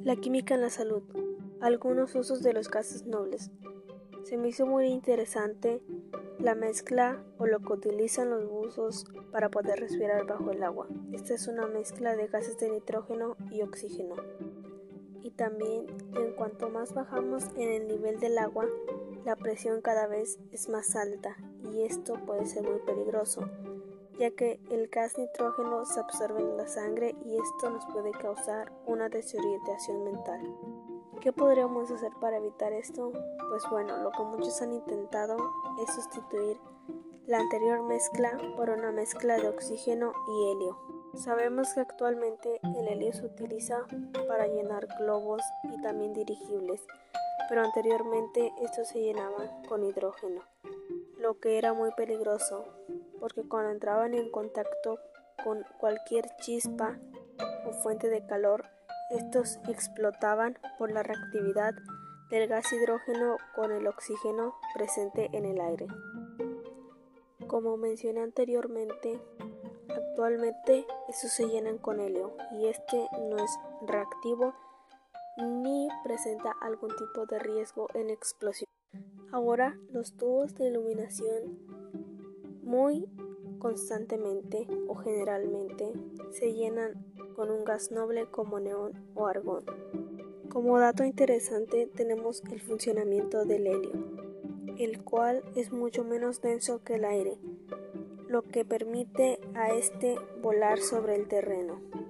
La química en la salud. Algunos usos de los gases nobles. Se me hizo muy interesante la mezcla o lo que utilizan los buzos para poder respirar bajo el agua. Esta es una mezcla de gases de nitrógeno y oxígeno. Y también en cuanto más bajamos en el nivel del agua, la presión cada vez es más alta y esto puede ser muy peligroso, ya que el gas nitrógeno se absorbe en la sangre y esto nos puede causar una desorientación mental. ¿Qué podríamos hacer para evitar esto? Pues bueno, lo que muchos han intentado es sustituir la anterior mezcla por una mezcla de oxígeno y helio. Sabemos que actualmente el helio se utiliza para llenar globos y también dirigibles, pero anteriormente estos se llenaban con hidrógeno, lo que era muy peligroso, porque cuando entraban en contacto con cualquier chispa o fuente de calor, estos explotaban por la reactividad del gas hidrógeno con el oxígeno presente en el aire. Como mencioné anteriormente, actualmente estos se llenan con helio y este no es reactivo ni presenta algún tipo de riesgo en explosión. Ahora los tubos de iluminación muy constantemente o generalmente se llenan con un gas noble como neón o argón. Como dato interesante tenemos el funcionamiento del helio, el cual es mucho menos denso que el aire, lo que permite a este volar sobre el terreno.